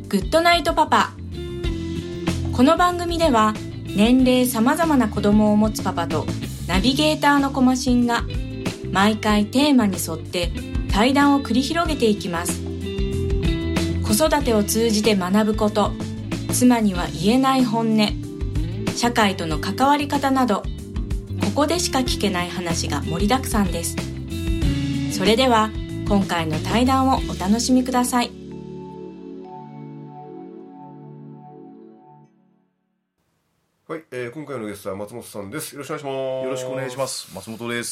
グッドナイトパパ。この番組では年齢さまざまな子供を持つパパとナビゲーターのコマシンが毎回テーマに沿って対談を繰り広げていきます。子育てを通じて学ぶこと、妻には言えない本音、社会との関わり方など、ここでしか聞けない話が盛りだくさんです。それでは今回の対談をお楽しみください。 はい、今回のゲストは松本さんです。よろしくお願いします。 よろしくお願いします。松本です。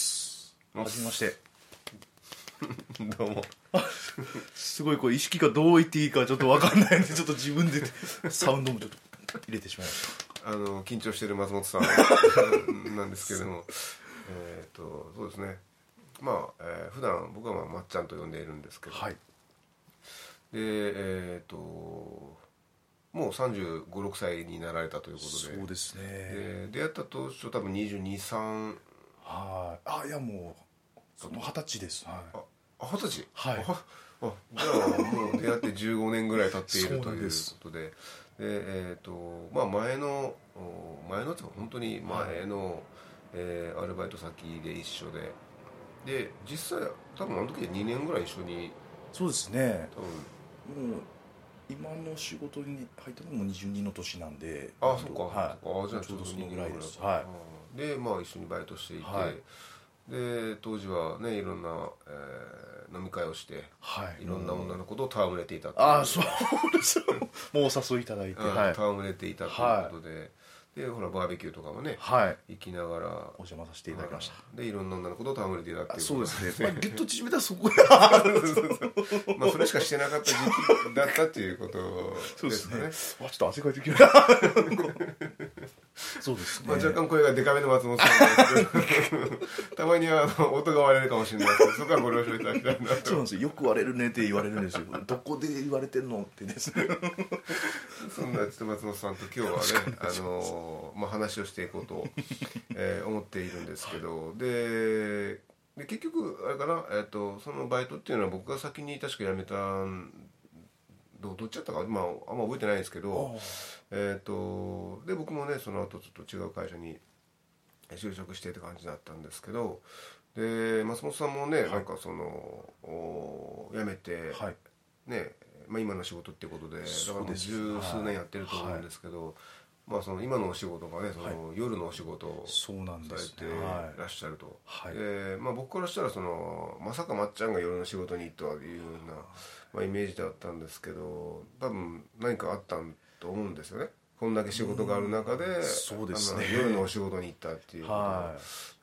はじめまして。 どうも。 すごいこう意識がどう言っていいかちょっと分かんないので、ちょっと自分でサウンドもちょっと入れてしまいました。 緊張している松本さんなんですけれども、そうですね。普段僕はまっちゃんと呼んでいるんですけど、 はい。 で、もう35、6歳になられたということで、 そうですね。 で出会った当初多分22、3。 はい。いやもう20歳です。はい。 20歳。 はい。 じゃあもう出会って15年ぐらい経っているということで、前のって本当に前の、アルバイト先で一緒で実際多分あの時で2年ぐらい一緒に。 そうですね。 多分もう今の仕事に入ったのも22の年なんで。 そっか。 はい。 じゃあちょうどそのぐらいです。はい。 で一緒にバイトしていて、 はい、 で当時はねいろんな、飲み会をして、 はい、 いろんな女の子と戯れていたっていう。 そうですもうお誘いいただいて、 戯れていたということで、でほらバーベキューとかもね、行きながらお邪魔させていただきました。 でいろんな女の子と戯れていたっていう。 そうですね。ギュッと縮めたらそこがそれしかしてなかった時期だったっていうことですね。 ちょっと汗かいてきまそうですね。 若干声がデカめの松本さんですけどたまには音が割れるかもしれないですけど、そこはご了承いただきたいなと。 そうなんですよ。よく割れるねって言われるんですよ。どこで言われてんのってですね。 そんな松本さんと今日はね話をしていこうと、思っているんですけど、で結局あれかな、そのバイトっていうのは僕が先に確か辞めたどっちだったか、あんま覚えてないんですけど、で僕もねその後ちょっと違う会社に就職してって感じだったんですけど、で松本さんもね、なんかその辞めて、ね、今の仕事っていうことで、だからもう十数年やってると思うんですけど、その今のお仕事がね、その夜のお仕事をされてらっしゃると。で僕からしたらまさかまっちゃんが夜の仕事にとはいうような、イメージだったんですけど、多分何かあったと思うんですよね。こんだけ仕事がある中で、 そうですね、 夜のお仕事に行ったっていうこと、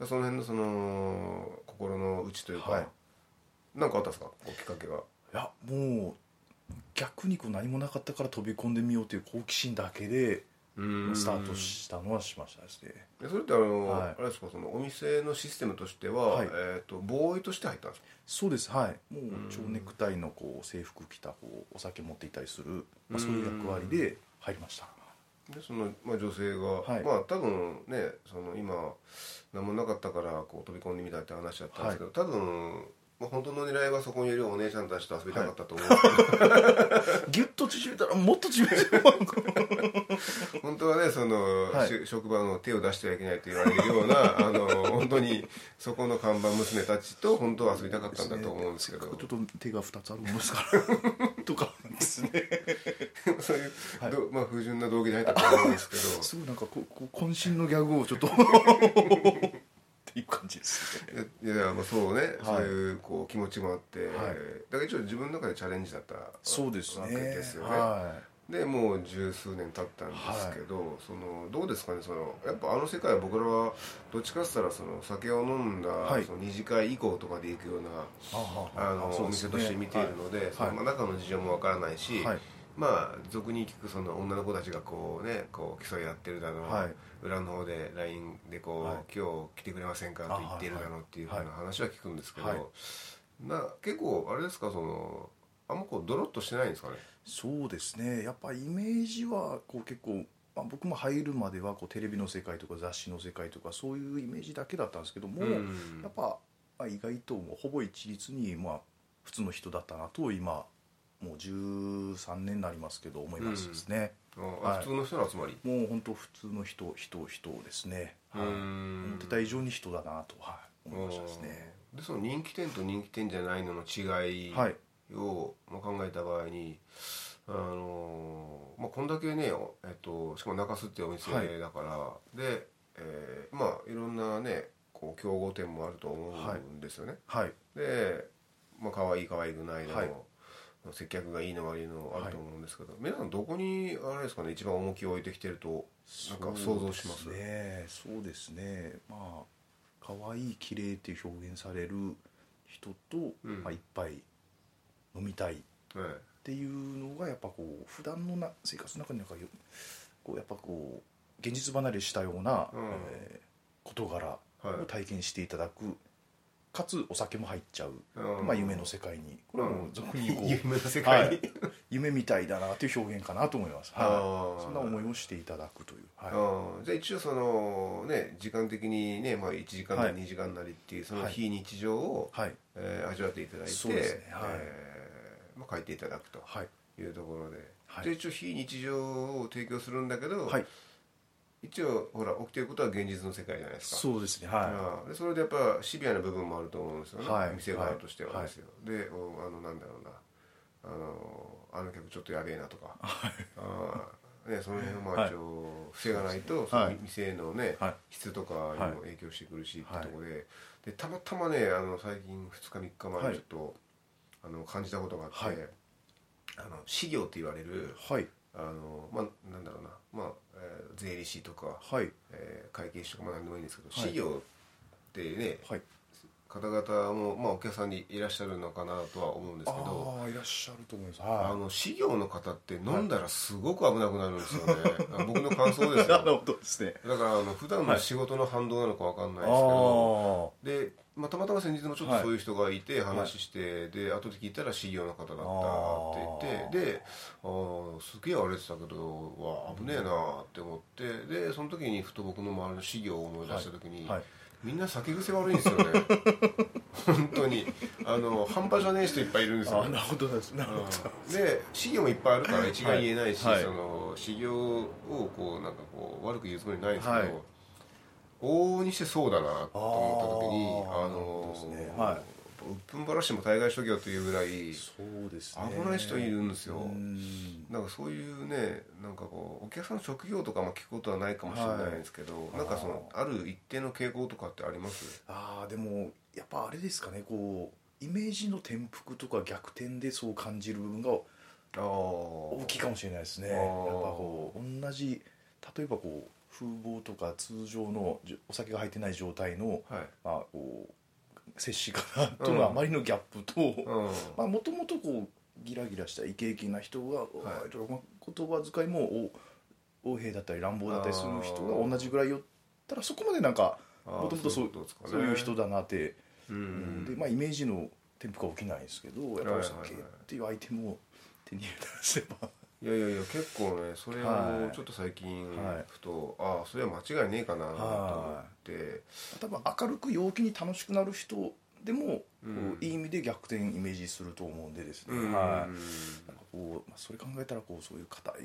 その辺のその心の内というか、何かあったんですか、きっかけが。 いやもう逆に何もなかったから飛び込んでみようという好奇心だけでスタートしたのはしましたですね。 それってあれですか、そのお店のシステムとしては、ボーイとして入ったんですか。 そうです。もう蝶ネクタイの制服着たお酒持っていたりする、そういう役割で入りました。 でその、女性が、多分ねその今何もなかったから飛び込んでみたって話だったんですけど、多分本当の狙いはそこにいるお姉ちゃんたちと遊びたかったと思うんですけど、 ギュッと縮めたらもっと縮めて本当はねその、職場の手を出してはいけないと言われるような本当にそこの看板娘たちと本当は遊びたかったんだと思うんですけど、 ちょっと手が2つあるものですからとかですねそういう、不純な動機で入ったと思うんですけどすごいなんか渾身のギャグをちょっとっていう感じですね。 いやそうね、そういう気持ちもあって、だから一応自分の中でチャレンジだったわけですよね。でもう十数年経ったんですけど、そのどうですかね、やっぱ世界は僕らはどっちかって言ったらその酒を飲んだ、その二次会以降とかで行くようなお店として見ているので、その中の事情もわからないし、俗に聞くその女の子たちが競い合ってるだの、裏の方で LINE で今日来てくれませんかと言っているだのっていうふうな話は聞くんですけど、結構あれですか、あんまドロッとしてないんですかね。 そうですね、やっぱイメージは結構、僕も入るまではテレビの世界とか雑誌の世界とかそういうイメージだけだったんですけども、やっぱ意外とほぼ一律に普通の人だったなと今もう13年になりますけど思いますですね、 普通の人の集まり、 もう本当普通の人ですね、思ってた以上に人だなと、思いましたですね。 でその人気店と人気店じゃないのの違いを、考えた場合にこんだけね、しかも中洲っていうお店だから、で、いろんなねこう競合店もあると思うんですよね、で、可愛い可愛くないの、接客がいいの悪いのあると思うんですけど、皆さんどこにあれですかね、一番重きを置いてきてるとなんか想像します？ そうですね、可愛い綺麗っていう表現される人と、いっぱい飲みたいっていうのがやっぱこう普段の生活の中にやっぱこう現実離れしたような、事柄を体験していただく、かつお酒も入っちゃう、夢の世界に、これはもう俗にこう夢の世界に、 夢みたいだなという表現かなと思います、そんな思いをしていただくという、 じゃあ一応そのね時間的にね、1時間なり2時間なりっていうその非日常を、味わっていただいて、そうですね、書いていただくというところで、じゃあ一応非日常を提供するんだけど、一応ほら起きていることは現実の世界じゃないですか。 そうですね、 でそれでやっぱシビアな部分もあると思うんですよね、店側としてはですよ、でなんだろうな、あの客ちょっとやべえなとか、その辺は一応防がないと、その店のね、質とかにも影響してくるしってところで、たまたまね最近2日3日前にちょっと、感じたことがあって、私業って言われる、なんだろうな、税理士とか、会計士とか何でもいいんですけど、私業ってね、方々も、お客さんにいらっしゃるのかなとは思うんですけど、 いらっしゃると思います。 私業の方って飲んだらすごく危なくなるんですよね、僕の感想ですよ。 なるほどですね。 だから普段の仕事の反動なのか分かんないですけど、で、たまたま先日もちょっとそういう人がいて話して、で後で聞いたら私業の方だったって言って、ですげえ荒れてたけど危ねえなって思って、でその時にふと僕の周りの私業を思い出した時に、みんな酒癖悪いんですよね本当に半端じゃねえ人いっぱいいるんですよ。 なるほどですね。 で私業もいっぱいあるから一概言えないし、その私業を悪く言うつもりないんですけど、往々にしてそうだなと思った時にうっぷんばらしも大概しとけよというぐらい危ない人いるんですよ。なんかそういうね、お客さんの職業とか聞くことはないかもしれないですけど、ある一定の傾向とかってあります？ でもやっぱあれですかね、イメージの転覆とか逆転でそう感じる部分が大きいかもしれないですね。やっぱ同じ、例えば風貌とか通常のお酒が入ってない状態の、接し方とのあまりのギャップと、もともとギラギラしたイケイケな人が、言葉遣いも横柄だったり乱暴だったりする人が同じぐらい寄ったら、そこまでもともとそういう人だなって、でイメージの転覆は起きないですけど、やっぱお酒っていうアイテムを手に入れたらすればいや結構ね、それをちょっと最近ふと、それは間違いねえかなと思って、 多分明るく陽気に楽しくなる人でも、いい意味で逆転イメージすると思うんでですね、それ考えたらそういう方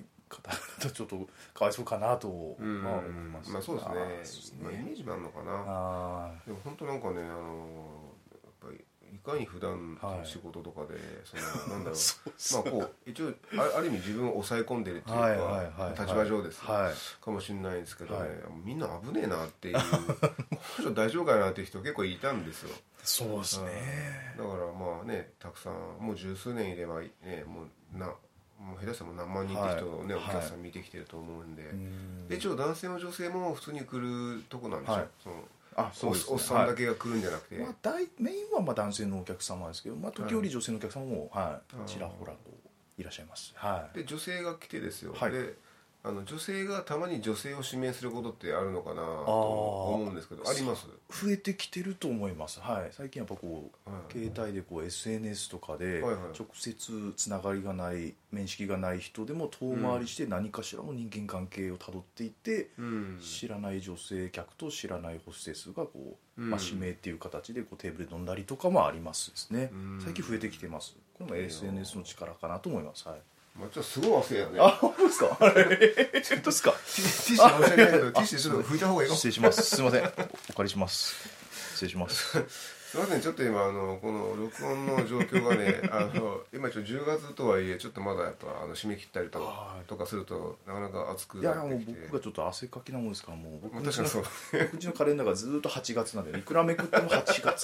々ちょっとかわいそうかなと思いますね。 そうですね、イメージもあるのかな。でも本当なんかね、やっぱりいかに普段の仕事とかで、なんだろう一応ある意味自分を抑え込んでるっていうか、立場上ですかもしれないんですけどね、みんな危ねえなっていうこの人大丈夫かなっていう人結構いたんですよ。 そうですね。 だからたくさんもう十数年いればね、もう下手したら何万人って人をね、お客さん見てきてると思うんで、で一応男性も女性も普通に来るとこなんですよ。おっさんだけが来るんじゃなくて、 メインは男性のお客様ですけど、時折女性のお客様もちらほらといらっしゃいます。 で女性が来てですよ、で女性がたまに女性を指名することってあるのかなと思うんですけど、あります？ 増えてきてると思います。はい、最近やっぱこう、 はい、 携帯でこう SNS とかではいはい、 直接つながりがない面識がない人でも遠回りして何かしらの人間関係をたどっていて、知らない女性客と知らないホステスがこう、指名っていう形でこうテーブルで飲んだりとかもありますですね。最近増えてきてます。これも SNS の力かなと思います。はい。 ちょっとすごい汗やね。 あ、本当ですか？本当ですか？ ティッシュ申し訳ないけど、ティッシュちょっと拭いた方がいいかも。 失礼します。すいません。お借りします。失礼します。 すいません、ちょっと今この録音の状況がね今10月とはいえちょっとまだやっぱ締め切ったりとかするとなかなか暑くなってきて、 いやもう僕がちょっと汗かきなもんですから、もう僕確かにそう僕んちのカレンダーがずっと8月なんで、いくらめくっても8月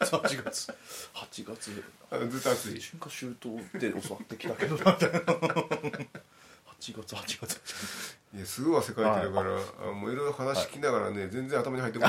ずっと暑い。 春夏秋冬で教わってきたけどなみたいな8月いやすごい汗かいてるから、もういろいろ話聞きながらね、全然頭に入ってこない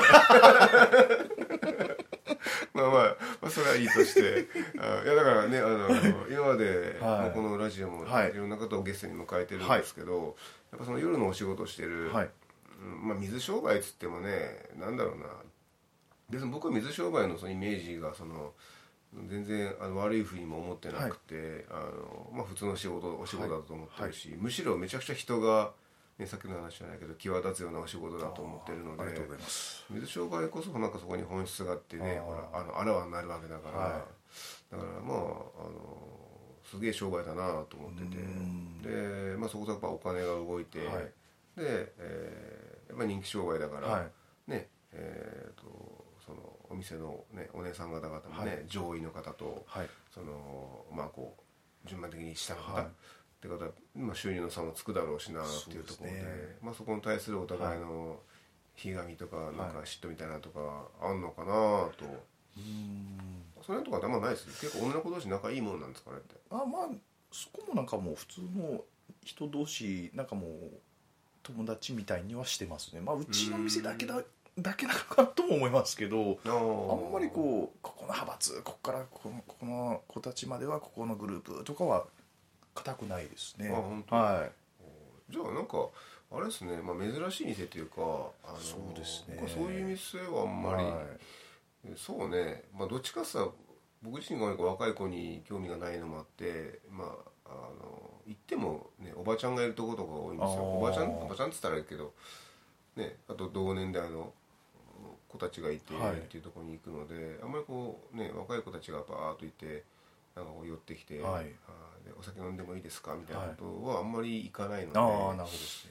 まあそれはいいとして、いやだからね今まで、このラジオもいろんな方をゲストに迎えてるんですけど、やっぱその夜のお仕事をしてる、水商売っつってもね、なんだろうな、別に僕は水商売のそのイメージが全然悪いふうにも思ってなくて、普通のお仕事だと思ってるし、むしろめちゃくちゃ人が、ね、さっきの話じゃないけど際立つようなお仕事だと思ってるので、 ありがとうございます。 水商売こそなんかそこに本質があってね、あらわになるわけだから、だからすげえ商売だなと思ってて、で、そこそこやっぱお金が動いて、で、やっぱ人気商売だから、ね、そのお店の、ね、お姉さん方々もね、上位の方と、こう順番的に下の方、って方は、収入の差もつくだろうしなっていうところで、そこに対するお互いのひがみとかなんか嫉妬みたいなとかあんのかなと。それとかあんまないです。結構女の子同士仲いいもんなんですかねって。 そこもなんかもう普通の人同士なんかもう友達みたいにはしてますね。うちの店だけなのかとも思いますけど、あんまりここの派閥、ここからこの子たちまではここのグループとかは固くないですね。 本当。じゃあなんかあれですね、珍しい店というか、 そうですね。 そういう店はあんまり、そうね、どっちかさ、僕自身が若い子に興味がないのもあって、行ってもね、おばちゃんがいるところとか多いんですよ。おばちゃんって言ったらいいけどね、あと同年代の子たちがいてっていうところに行くので、あんまり若い子たちがバーッといてなんか寄ってきて、でお酒飲んでもいいですかみたいなことはあんまり行かないので、 なるほどですね。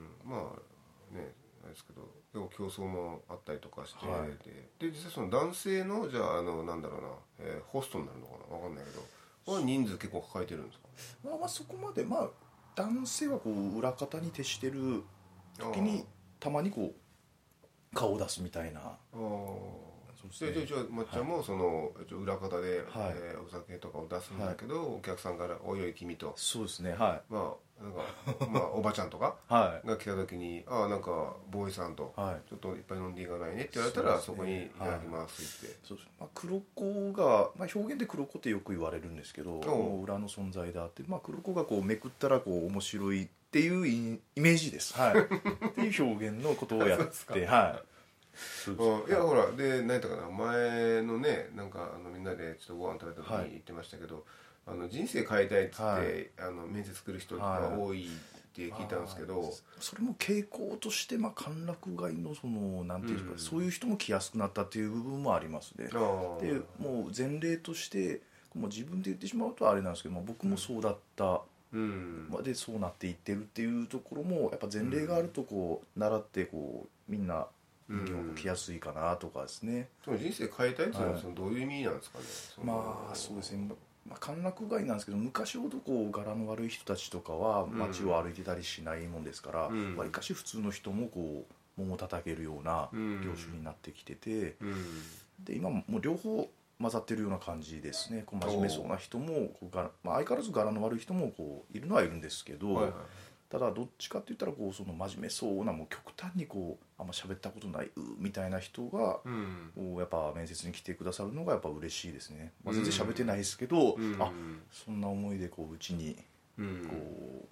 あれですけど、でも競争もあったりとかして、で実際その男性のじゃあなんだろうな、ホストになるのかな、分かんないけど、は人数結構抱えてるんですか？ そこまで男性はこう裏方に徹してる時にたまにこう顔を出すみたいな。 じゃあ抹茶もその裏方で、お酒とかを出すんだけど、お客さんから「おいおい君」と、 そうですね、 おばちゃんとかが来た時に「なんかボーイさんとちょっといっぱい飲んでいかないね」って言われたら、そこに「いただきます」って。 黒子が、表現で黒子ってよく言われるんですけど、裏の存在だって、黒子がこうめくったらこう面白いっていうイメージです。っていう表現のことをやって、 いやほらで何やったかな、前のね、なんかみんなでちょっとご飯食べた時に言ってましたけど、人生変えたいっつって、面接来る人が多いって聞いたんですけど、 それも傾向として歓楽街のそのなんていうか、そういう人も来やすくなったっていう部分もありますね。でもう前例としてもう自分で言ってしまうとあれなんですけど、僕もそうだった。でそうなっていってるっていうところもやっぱ前例があるとこう習ってこうみんな来やすいかなとかですね。 人生変えたいっていうのはどういう意味なんですかね。 そうですね、歓楽街なんですけど、昔ほどこう柄の悪い人たちとかは街を歩いてたりしないもんですから、わりかし普通の人もこう桃を叩けるような業種になってきてて、で今もう両方混ざってるような感じですね。こう真面目そうな人も相変わらず柄の悪い人もこういるのはいるんですけど、ただどっちかって言ったらこうその真面目そうな、もう極端にこうあんま喋ったことないみたいな人が、やっぱ面接に来てくださるのがやっぱ嬉しいですね。全然喋ってないですけど、そんな思いでこううちにこ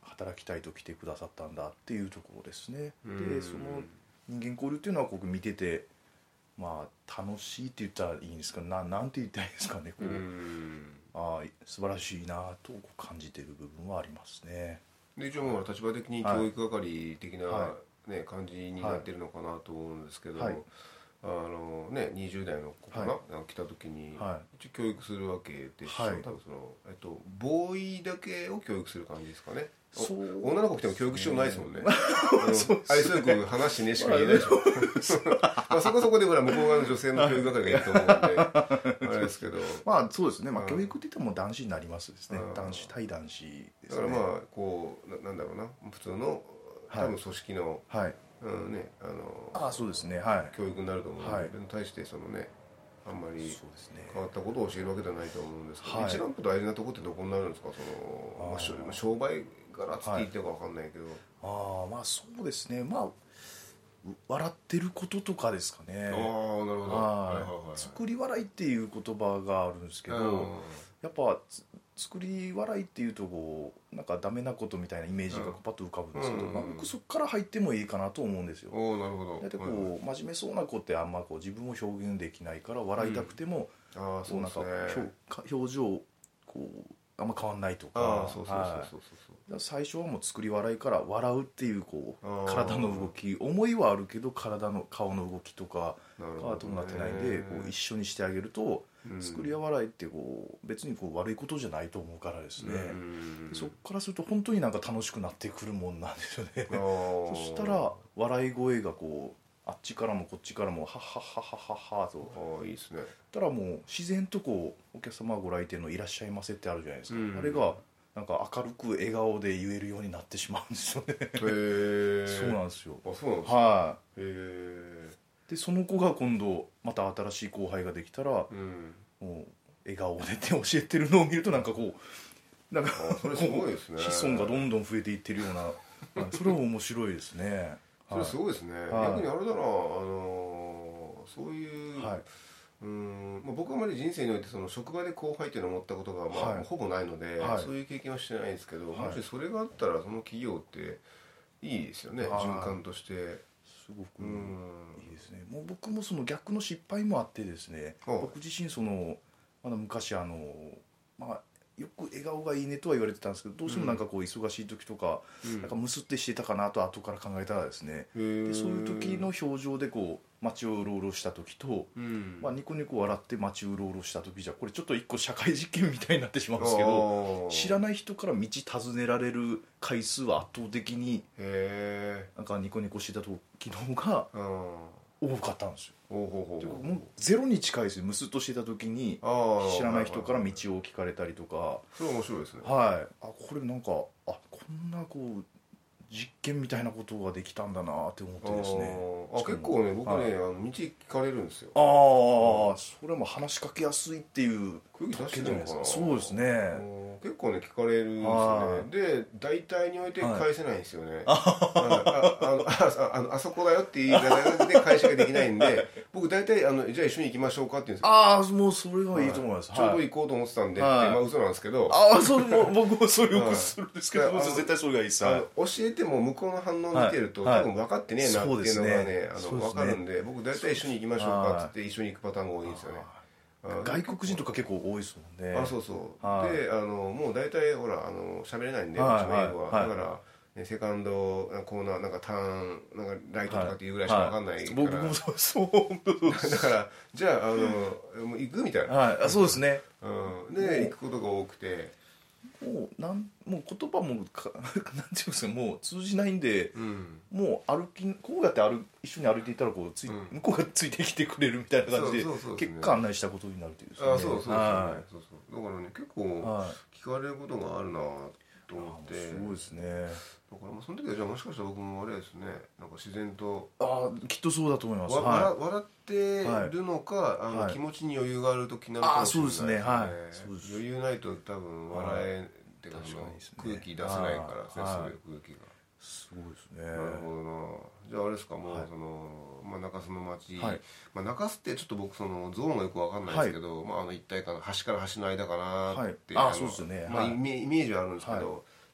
働きたいと来てくださったんだっていうところですね。でその人間交流っていうのは僕見ててまあ楽しいって言ったらいいんですか、なんて言ったらいいですかね、こう素晴らしいなと感じている部分はありますね。 で一応もう立場的に教育係的な、ね、感じになってるのかなと思うんですけど、20代の子かな、来た時に、一応教育するわけでしょ、多分その、ボーイだけを教育する感じですかね。女の子来ても教育しようないですもんね。愛想よく話しねしか言えないでしょ。まあそこそこでほら向こう側の女性の教育係がいると思うんであれですけど、 まあそうですね、まあ教育って言っても男子になりますですね、対男子ですね。 だからまあこうなんだろうな、普通の多分組織のそうですね、 教育になると思うので、それに対してそのね、あんまり変わったことを教えるわけではないと思うんですけど、一番大事なところってどこになるんですか、その商売柄って言ってるか分かんないけど、 まあそうですね、まあ笑ってることとかですかね。 なるほど。 作り笑いっていう言葉があるんですけど、やっぱ作り笑いっていうとこうなんかダメなことみたいなイメージがパッと浮かぶんですけど、僕そこから入ってもいいかなと思うんですよ。 なるほど。 だってこう真面目そうな子ってあんまこう自分を表現できないから笑いたくても、そうなんか表情こうあんま変わんないとか、最初はもう作り笑いから笑うっていうこう体の動き、思いはあるけど体の顔の動きとかが伴ってないんでこう一緒にしてあげると、作り笑いってこう別にこう悪いことじゃないと思うからですね、そこからすると本当になんか楽しくなってくるもんなんですよね。そしたら笑い声がこうあっちからもこっちからもハッハッハッハッハッハと、 いいですね。 たらもう自然とこうお客様ご来店のいらっしゃいませってあるじゃないですか、あれがなんか明るく笑顔で言えるようになってしまうんですよね。そうなんですよ。 そうなんですか。 でその子が今度また新しい後輩ができたら、もう笑顔でって教えてるのを見るとなんかこうなんかそれすごいですね。 子孫がどんどん増えていってるようなそれは面白いですね。 それすごいですね。逆にあれだな、そういう、僕はあまり人生においてその職場で後輩っていうのを持ったことがほぼないので、そういう経験はしてないんですけど、もしそれがあったらその企業っていいですよね、循環として。 すごくいいですね。もう僕もその逆の失敗もあってですね、僕自身そのまだ昔よく笑顔がいいねとは言われてたんですけど、どうしてもなんかこう忙しい時とか、なんかムスってしてたかなと後から考えたらですね、でそういう時の表情でこう街をうろうろした時と、ニコニコ笑って街をうろうろした時じゃこれちょっと一個社会実験みたいになってしまうんですけど、知らない人から道尋ねられる回数は圧倒的になんかニコニコしてた時の方が多かったんですよ。もうゼロに近いですよ。ムスッとしてた時に知らない人から道を聞かれたりとか。 それ面白いですね。 これなんかこんなこう実験みたいなことができたんだなって思ってですね。 結構ね、僕ね、道聞かれるんですよ。 それも話しかけやすいっていう空気出してるのかな。 そうですね。 結構ね聞かれるんですよね。で大体において返せないんですよね。あそこだよっていう言い方で返しができないんで、僕大体じゃあ一緒に行きましょうかって言うんですよ。 もうそれがいいと思います。 ちょうど行こうと思ってたんで、嘘なんですけど。 僕もそれよくするんですけど、絶対それがいいです。 教えても向こうの反応を見てると多分分かってねえなっていうのがね分かるんで、僕大体一緒に行きましょうかって言って一緒に行くパターンが多いんですよね。 外国人とか結構多いですもんね。 そうでもう大体ほら喋れないんで、うちの英語はだからセカンドコーナーなんかターンなんかライトとかっていうぐらいしか分かんないから、 僕もそうだからじゃあもう行くみたいな。 そうですね。 で行くことが多くて、 もう言葉もなんていうんですか、もう通じないんで、もうこうやって一緒に歩いていたらこう向こうがついてきてくれるみたいな感じで結果案内したことになるというですね。 そうだからね結構聞かれることがあるなと思って。 そうですね。 だからその時はじゃあもしかしたら僕もあれですね、なんか自然ときっとそうだと思います。 笑ってるのか気持ちに余裕がある時なのかもしれないですね。余裕ないと多分笑えって感じの空気出せないからですね、そういう空気が。 すごいですね。 なるほどな。じゃああれですか、もう中洲の町、中洲ってちょっと僕そのゾーンがよく分かんないですけど、一体かな、端から端の間かなってそうですよね。 イメージはあるんですけど、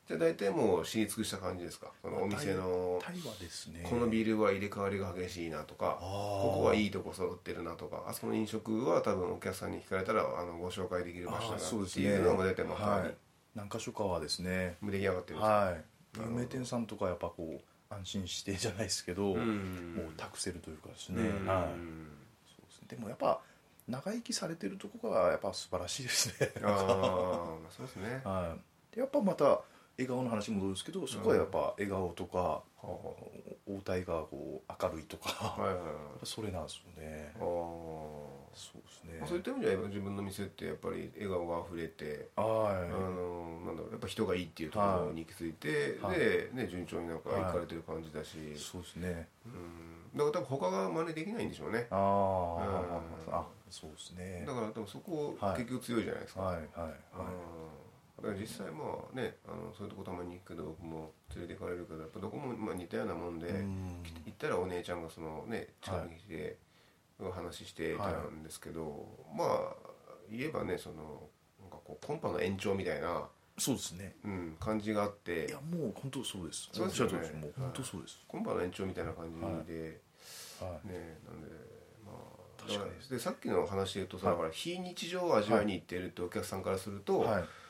じゃあ大体もう知り尽くした感じですか？そのお店の大はですね、 このビールは入れ替わりが激しいなとか、ここはいいとこ揃ってるなとか、あそこの飲食は多分お客さんに聞かれたらご紹介できる場所だなっていうのが大体まあ何か所かはですね出来上がってるんですか？ はい、有名店さんとかやっぱこう安心してじゃないですけど、もう託せるというかですね、はい、そうですね。でもやっぱ長生きされてるところがやっぱ素晴らしいですね。 ああそうですね、 はい、でやっぱまた笑顔の話もどうですけど、そこはやっぱ笑顔とか、応対がこう明るいとか、それなんですよね。そうですね。 そういった意味では自分の店ってやっぱり笑顔があふれて、なんだろう、やっぱ人がいいっていうところに行き着いて、で、ね、順調になんか行かれてる感じだし、 そうですね。 だから多分他が真似できないんでしょうね。 そうですね。 だから多分そこ結局強いじゃないですか。だから実際まあね、そういうとこたまに行くけど僕も連れて行かれるけど、やっぱどこもまあ似たようなもんで、行ったらお姉ちゃんがそのね近くに来て話してたんですけど、まあ言えばね、そのなんかこうコンパの延長みたいな、 そうですね、 感じがあって、 いやもう本当そうです。 そうですよね。 もう本当そうです。 コンパの延長みたいな感じで、ね、なんでまあ確かに。でさっきの話で言うとさ、非日常を味わいに行っているってお客さんからすると、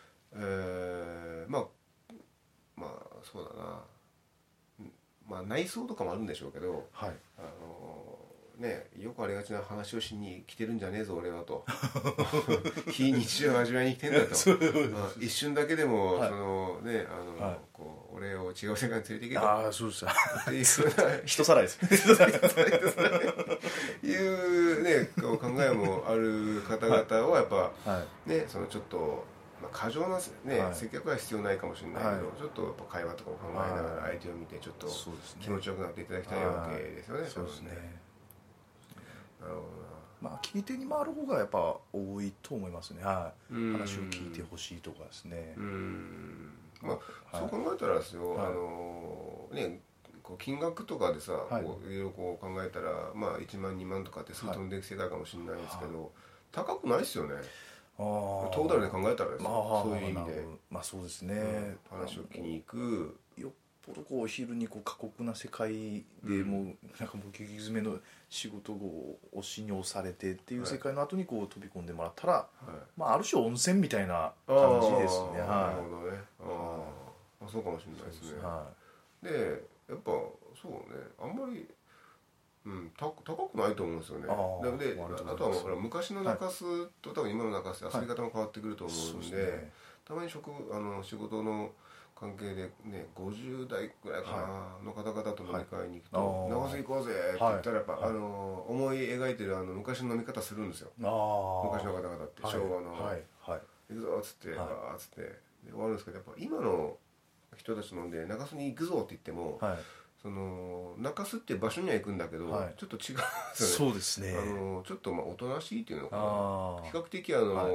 まあそうだな、まあ内装とかもあるんでしょうけど、ね、よくありがちな話をしに来てるんじゃねえぞ俺はと非日常を味わいに来てんだと一瞬だけでも、そのねこう俺を違う世界に連れて行けと、 そうですっていう人さらいですいうね考えもある方々はやっぱね、そのちょっと過剰なね接客は必要ないかもしれないけど、ちょっとやっぱ会話とかを考えながら相手を見てちょっと気持ちよくなっていただきたいわけですよね。 そうですね。 なるほどな。 まあ聞き手に回る方がやっぱ多いと思いますね。話を聞いてほしいとかですね。 まあそう考えたらですよ、ね、こう金額とかでさ、こういろいろこう考えたら、まあ1万2万とかってすぐ飛んでいく世界かもしれないですけど、高くないですよね。トータルで考えたらですよ、そういう意味で。 まあそうですね。 話を聞きに行く。 よっぽどこう昼にこう過酷な世界でもうなんかもう激詰めの仕事を押しに押されてっていう世界の後にこう飛び込んでもらったら、まあある種温泉みたいな感じですね。 なるほどね。そうかもしれないですね。でやっぱそうね、あんまり高くないと思うんですよね。であとはほら昔の中洲と多分今の中洲遊び方も変わってくると思うんで、たまに仕事の関係でね、50代ぐらいかなの方々と飲み会に行くと「中洲行こうぜ」って言ったらやっぱ思い描いてる昔の飲み方するんですよ。昔の方々って昭和の「行くぞ」っつってバーッつって終わるんですけど、やっぱ今の人たち飲んで中洲に行くぞって言っても、その中洲っていう場所には行くんだけど、ちょっと違うんですよね。そうですね。ちょっとおとなしいっていうのかな、比較的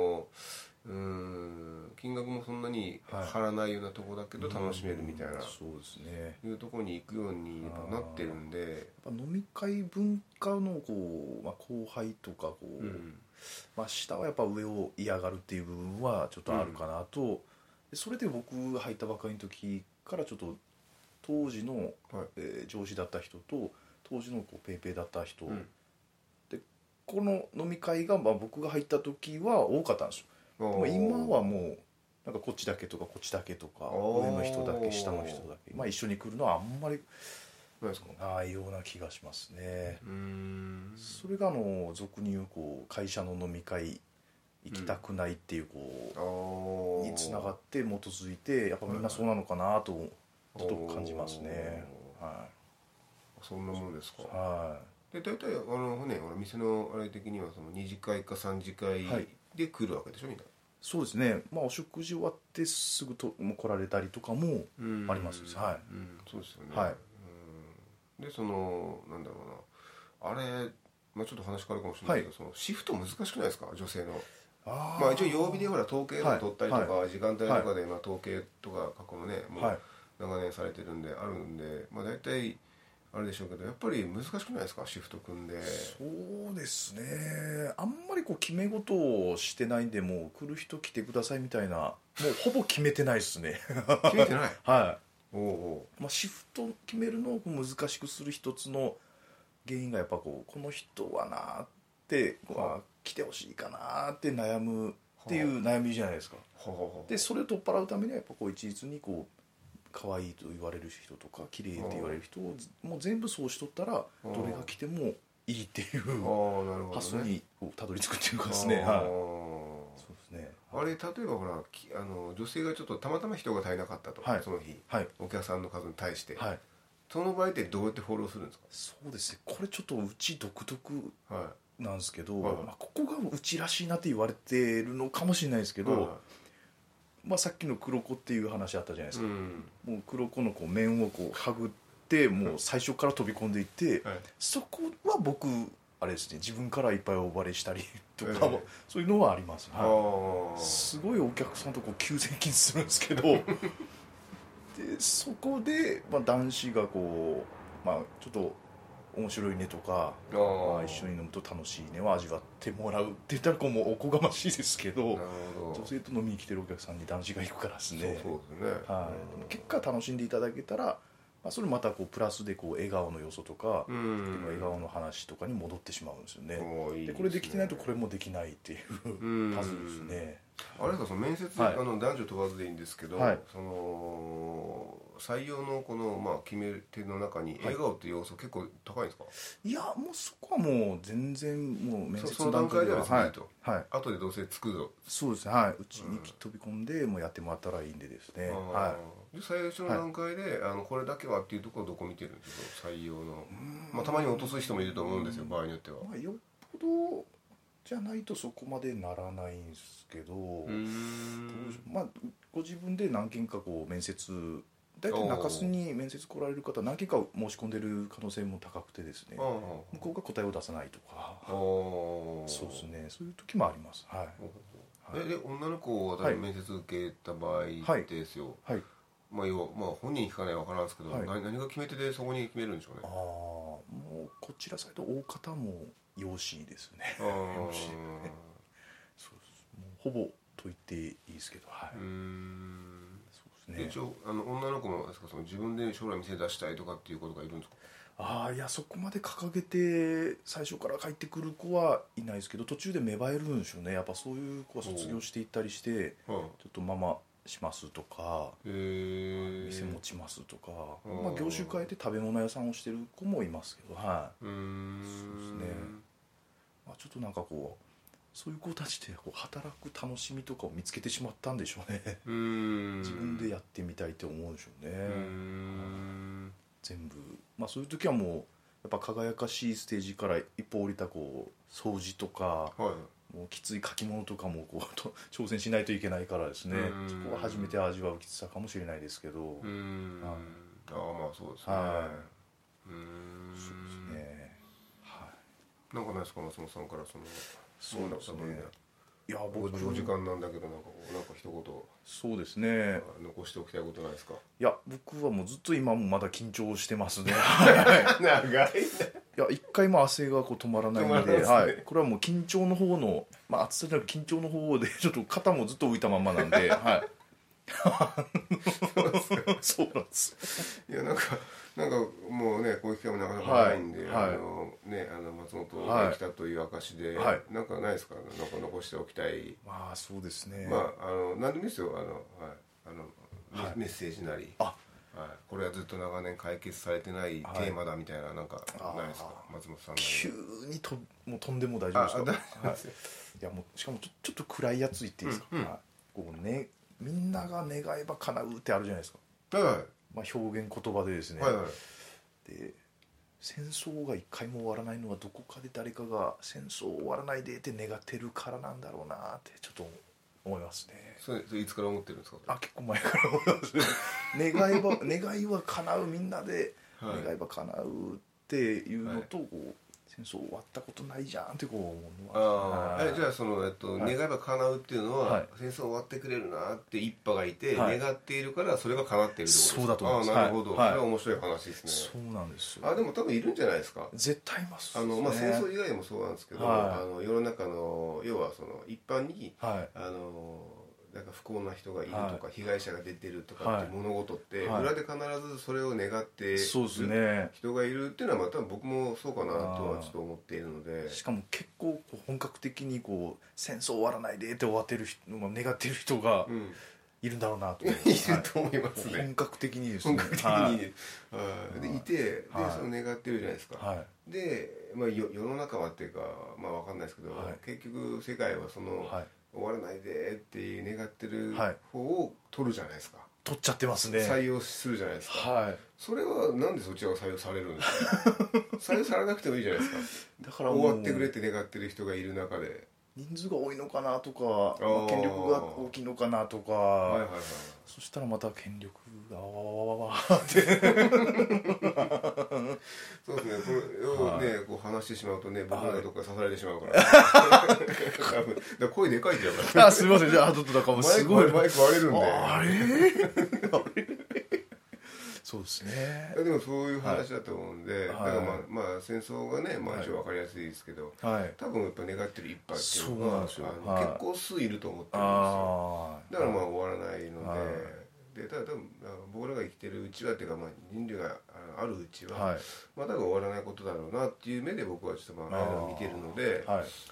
金額もそんなに張らないようなとこだけど楽しめるみたいな、そうですね、いうところに行くようになってるんで、 やっぱ飲み会文化のこう、後輩とかこう、下はやっぱ上を嫌がるっていう部分はちょっとあるかなと。それで僕入ったばかりの時からちょっと当時の、上司だった人と当時のこうペイペイだった人、でこの飲み会が僕が入った時は多かったんですよ。今はもうなんかこっちだけとかこっちだけとか上の人だけ下の人だけ、一緒に来るのはあんまりないような気がしますね。それが俗に言うこう会社の飲み会行きたくないっていうこうにつながって基づいて、やっぱみんなそうなのかなとちょっと感じますね。 そんなもんですか。で大体店のあれ的にはその2次会か3次会で来るわけでしょ、みんな。 そうですね。お食事終わってすぐと来られたりとかもあります。そうですよね。でそのなんだろうな、あれちょっと話変わるかもしれないけど、そのシフト難しくないですか、女性の。一応曜日でほら統計を取ったりとか、時間帯とかで統計とか過去のねもう長年されてるんであるんで、大体あれでしょうけど、やっぱり難しくないですか、シフト組んで。 そうですね、あんまりこう決め事をしてないんで、もう来る人来てくださいみたいな、もうほぼ決めてないですね決めてないはい、 おうおう、 まあ、シフト決めるのを難しくする一つの原因がやっぱこの人はなって来てほしいかなって悩むっていう悩みじゃないですか。でそれを取っ払うためにはやっぱ一律に可愛いと言われる人とか綺麗って言われる人をもう全部そうしとったらどれが来てもいいっていう発想にたどり着くっていうかですね。はい、そうですね。 あれ例えばほら女性がちょっとたまたま人が足りなかったと、 はい、 その日、 はい、 お客さんの数に対して、 はい、 その場合ってどうやってフォローするんですか。 そうですね、これちょっとうち独特なんですけど、 はい、 ここがうちらしいなって言われてるのかもしれないですけど、はい、さっきの黒子っていう話あったじゃないですか、もう黒子の面をはぐってもう最初から飛び込んでいって、はい、そこは僕あれですね、自分からいっぱいお呼ばれしたりとか、そういうのはあります、はい、すごいお客さんと急接近するんですけどでそこで、男子がちょっと面白いねとか、一緒に飲むと楽しいねを味わってもらうって言ったらもうおこがましいですけど、女性と飲みに来てるお客さんに男子が行くからですね。そうですね、はい、結果楽しんでいただけたら、それまたプラスで笑顔の要素とか、笑顔の話とかに戻ってしまうんですよね。でこれできてないとこれもできないっていうパズルですね。 あれですか、その面接、はい、男女問わずでいいんですけど、はい、その採用の決め手の中に笑顔っていう要素結構高いんですか。 いや、もうそこはもう全然もう面接その段階では別にいいと、 はい、 後でどうせつくぞ。 そうですね、はい、うちに飛び込んでもうやってもらったらいいんでですね、はい、 で最初の段階で、これだけはっていうところはどこ見てるんですか、採用の。たまに落とす人もいると思うんですよ、場合によっては。 よっぽどじゃないとそこまでならないんですけど、ご自分で何件か面接、大体中洲に面接来られる方何件か申し込んでる可能性も高くてですね、向こうが答えを出さないとか、そうですね、そういう時もあります。はい、 で女の子が面接受けた場合ですよ、はい、要は本人に聞かないわからんですけど、何が決め手でそこに決めるんでしょうね。 もうこちらサイド大方も容姿ですね。容姿そうです、もうほぼと言っていいですけど、はい、そうですね。 一応女の子もですか、その自分で将来店出したいとかっていうことがいるんですか。 いや、そこまで掲げて最初から帰ってくる子はいないですけど、途中で芽生えるんでしょうね。やっぱそういう子は卒業していったりして、ちょっとママしますとか、店持ちますとか、業種変えて食べ物屋さんをしてる子もいますけど、はい、そうですね。ちょっとそういう子たちって働く楽しみとかを見つけてしまったんでしょうね。自分でやってみたいって思うんでしょうね。全部、そういう時はもうやっぱ輝かしいステージから一歩降りた掃除とか、もうきつい書き物とかも挑戦しないといけないからですね。そこは初めて味わうきつさかもしれないですけど、 そうですね。 そうですね。 なんかないですか、松本さんからそうですね。いや、 僕お時間なんだけどなんか一言。 そうですね。 残しておきたいことないですか。 いや、僕はもうずっと今もまだ緊張してますね。 長い。 いや、一回も汗が止まらないので、はい、これはもう緊張の方の、暑さじゃなく緊張の方でちょっと肩もずっと浮いたままなんで、はい。そうなんです。 いや、なんかもうね、こういう機会もなかなかないんで、松本が来たという証で、なんかないですか、なんか残しておきたい。 そうですね。 何でもいいですよ、メッセージなり。これはずっと長年解決されてないテーマだみたいな、なんかないですか、松本さん。 急にもう飛んでも大丈夫ですか。いや、もうしかもちょっと暗いやつ言っていいですか。みんなが願えば叶うってあるじゃないですか。表現言葉でですね。で、戦争が一回も終わらないのはどこかで誰かが戦争終わらないでって願ってるからなんだろうなってちょっと思いますね。 それいつから思ってるんですか。 結構前から思いますね。願いは叶う、みんなで願いは叶うっていうのと、 戦争終わったことないじゃんってこう思うのは。 じゃあその、願えば叶うっていうのは、 はい、 戦争終わってくれるなって一派がいて、 はい、 願っているからそれが叶っているってことですか。 そうだと思います。 なるほど、 はい、 それは面白い話ですね。 そうなんですよ。 でも多分いるんじゃないですか。 絶対います、 戦争以外でもそうなんですけど、世の中の要はその一般に、なんか不幸な人がいるとか、被害者が出てるとかっていう物事って、裏で必ずそれを願ってる人がいるっていうのは、多分僕もそうかなとはちょっと思っているので、 しかも結構本格的にこう戦争終わらないでって終わってる人が願ってる人がいるんだろうなと、 いると思いますね。 本格的にですね。 本格的にでいて、でその願ってるじゃないですか。で、世の中はっていうか分かんないですけど、結局世界はその終わらないでっていう願ってる方を取るじゃないですか。 取っちゃってますね。 採用するじゃないですか。それはなんでそっちが採用されるんですか。採用されなくてもいいじゃないですか。だから終わってくれって願ってる人がいる中で、 人数が多いのかなとか、権力が大きいのかなとか、そしたらまた権力がわってそうですね。これをねこう話してしまうとね、僕らがどっか刺されてしまうから。声でかいんだよから。 すみません。じゃあ後とだかもすごいマイク割れるんで。 あれそうですね。 でもそういう話だと思うんで、だから戦争がね、一応分かりやすいですけど、多分やっぱ願ってる一派っていうのは結構数いると思ってるんですよ。だから終わらないので、ただ多分僕らが生きてるうちはっていうか、人類があるうちは、多分終わらないことだろうなっていう目で僕はちょっと見てるので、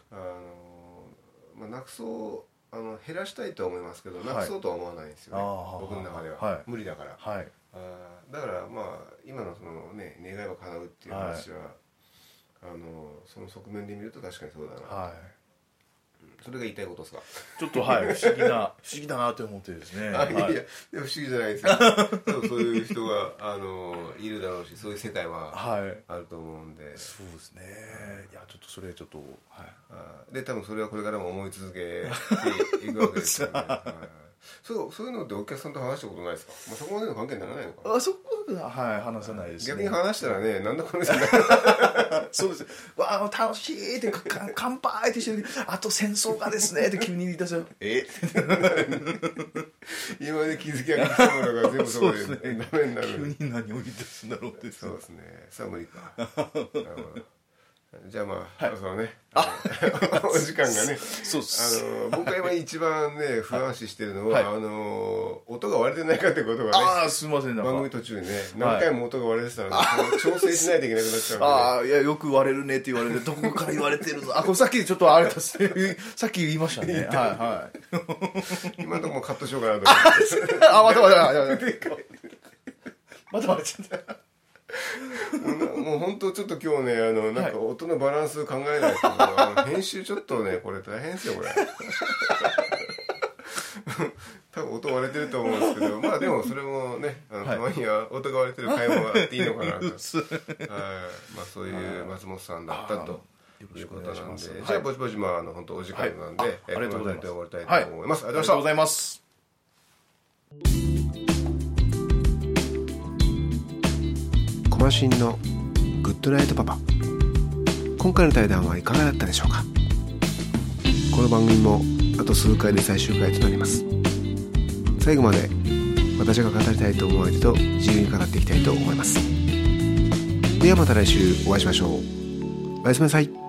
なくそう減らしたいとは思いますけど、なくそうとは思わないんですよね、僕の中では。無理だから。だから今のそのね、願いは叶うっていう話は、その側面で見ると確かにそうだな。それが言いたいことですか。 ちょっと不思議だなと思ってですね。 いやでも不思議じゃないですよ。そういう人がいるだろうし、そういう世界はあると思うんで。 そうですね。いやちょっとそれちょっとで多分それはこれからも思い続けていくわけですよね。そういうのってお客さんと話したことないですか。そこまでの関係にならないのか。 そこは話さないですね。 逆に話したらね、なんだこれじゃない。 そうです。わあ楽しいって乾杯ってしてる。あと戦争がですねって急に言い出すよ。 今まで気づきが来たものが全部そうでダメになる。 急に何を言い出すんだろうって。 そうですね。さあ無理か。なるほど。じゃあそろね、お時間がね、僕が今一番ね不安視してるのは、音が割れてないかってことがね、 すみません、 番組途中にね何回も音が割れてたので調整しないといけなくなっちゃうので、 いやよく割れるねって言われて、どこから言われてるの、これさっきちょっとあれださっき言いましたね。 今のところカットしようかなと思って。 また割れちゃった。 もう本当ちょっと今日ねなんか音のバランス考えないと、編集ちょっとねこれ大変ですよこれ。多分音割れてると思うんですけど、でもそれもねたまには音が割れてる会話があっていいのかなと。そういう松本さんだったということなんで、じゃあぼちぼち本当お時間なんで、 ありがとうございます。 終わりたいと思います。 ありがとうございます。 コマシンのグッドナイトパパ、今回の対談はいかがだったでしょうか。この番組もあと数回で最終回となります。最後まで私が語りたいと思う相手と自由に語っていきたいと思います。ではまた来週お会いしましょう。おやすみなさい。